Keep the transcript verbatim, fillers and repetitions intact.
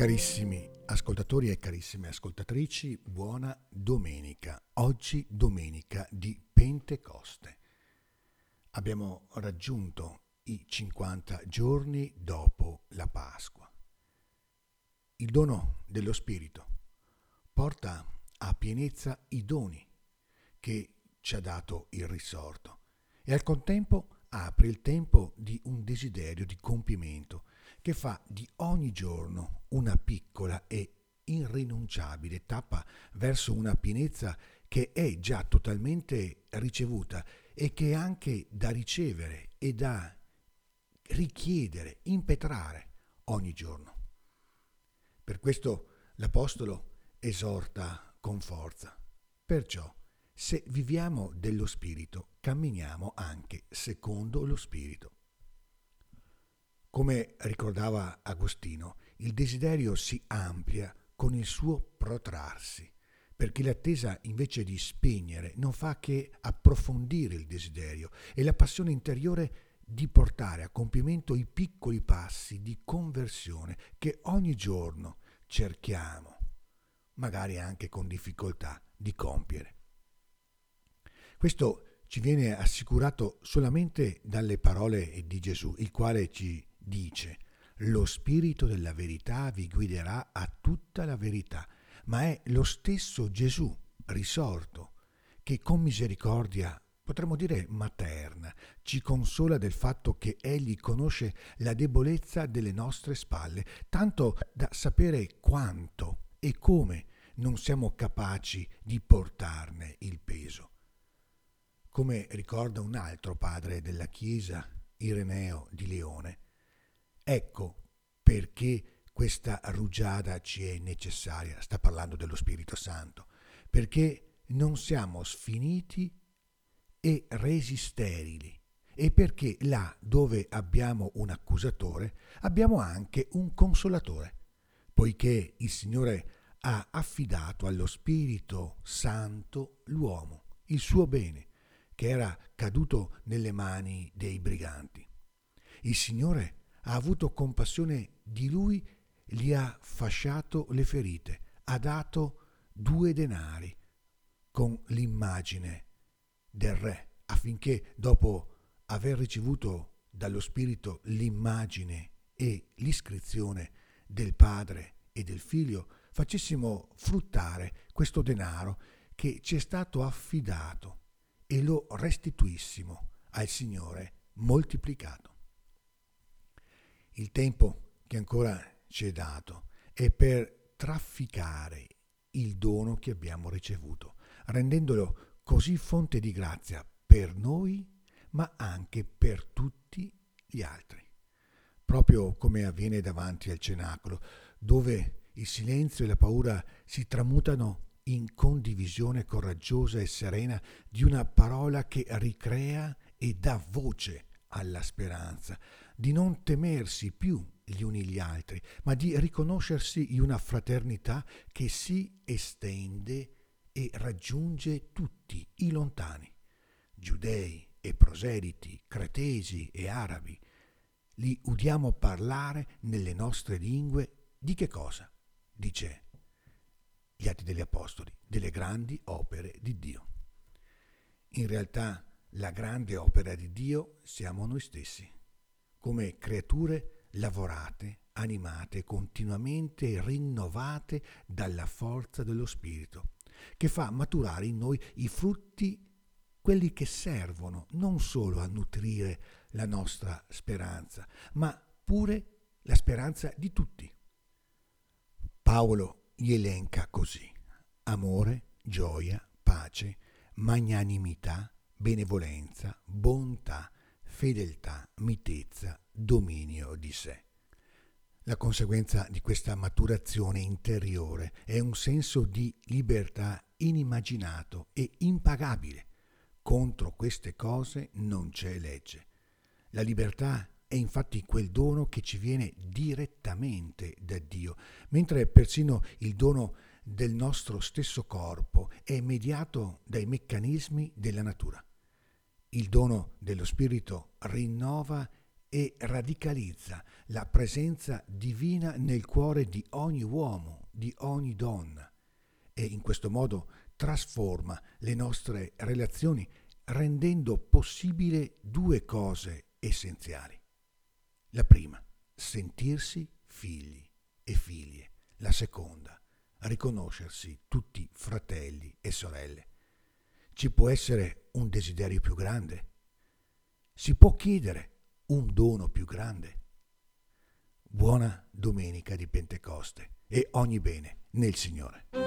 Carissimi ascoltatori e carissime ascoltatrici, buona domenica. Oggi domenica di Pentecoste. Abbiamo raggiunto i cinquanta giorni dopo la Pasqua. Il dono dello Spirito porta a pienezza i doni che ci ha dato il risorto e al contempo apre il tempo di un desiderio di compimento che fa di ogni giorno una piccola e irrinunciabile tappa verso una pienezza che è già totalmente ricevuta e che è anche da ricevere e da richiedere, impetrare ogni giorno. Per questo l'Apostolo esorta con forza. Perciò, se viviamo dello Spirito, camminiamo anche secondo lo Spirito. Come ricordava Agostino, il desiderio si amplia con il suo protrarsi, perché l'attesa invece di spegnere non fa che approfondire il desiderio e la passione interiore di portare a compimento i piccoli passi di conversione che ogni giorno cerchiamo, magari anche con difficoltà, di compiere. Questo ci viene assicurato solamente dalle parole di Gesù, il quale ci dice: lo Spirito della verità vi guiderà a tutta la verità, ma è lo stesso Gesù risorto che con misericordia, potremmo dire materna, ci consola del fatto che Egli conosce la debolezza delle nostre spalle, tanto da sapere quanto e come non siamo capaci di portarne il peso. Come ricorda un altro padre della Chiesa, Ireneo di Leone, ecco perché questa rugiada ci è necessaria, sta parlando dello Spirito Santo, perché non siamo sfiniti e resi sterili e perché là dove abbiamo un accusatore abbiamo anche un consolatore, poiché il Signore ha affidato allo Spirito Santo l'uomo, il suo bene, che era caduto nelle mani dei briganti. Il Signore ha avuto compassione di lui, gli ha fasciato le ferite, ha dato due denari con l'immagine del re, affinché dopo aver ricevuto dallo Spirito l'immagine e l'iscrizione del Padre e del Figlio, facessimo fruttare questo denaro che ci è stato affidato e lo restituissimo al Signore moltiplicato. Il tempo che ancora ci è dato è per trafficare il dono che abbiamo ricevuto, rendendolo così fonte di grazia per noi, ma anche per tutti gli altri. Proprio come avviene davanti al cenacolo, dove il silenzio e la paura si tramutano in condivisione coraggiosa e serena di una parola che ricrea e dà voce alla speranza, di non temersi più gli uni gli altri, ma di riconoscersi in una fraternità che si estende e raggiunge tutti i lontani, giudei e proseliti, cretesi e arabi. Li udiamo parlare nelle nostre lingue di che cosa? Dice gli Atti degli Apostoli, delle grandi opere di Dio. In realtà la grande opera di Dio siamo noi stessi, come creature lavorate, animate, continuamente rinnovate dalla forza dello Spirito, che fa maturare in noi i frutti, quelli che servono non solo a nutrire la nostra speranza, ma pure la speranza di tutti. Paolo gli elenca così: amore, gioia, pace, magnanimità, benevolenza, bontà, fedeltà, mitezza, dominio di sé. La conseguenza di questa maturazione interiore è un senso di libertà inimmaginato e impagabile. Contro queste cose non c'è legge. La libertà è infatti quel dono che ci viene direttamente da Dio, mentre persino il dono del nostro stesso corpo è mediato dai meccanismi della natura. Il dono dello Spirito rinnova e radicalizza la presenza divina nel cuore di ogni uomo, di ogni donna, e in questo modo trasforma le nostre relazioni rendendo possibile due cose essenziali. La prima, sentirsi figli e figlie. La seconda, riconoscersi tutti fratelli e sorelle. Ci può essere un desiderio più grande? Si può chiedere un dono più grande? Buona domenica di Pentecoste e ogni bene nel Signore.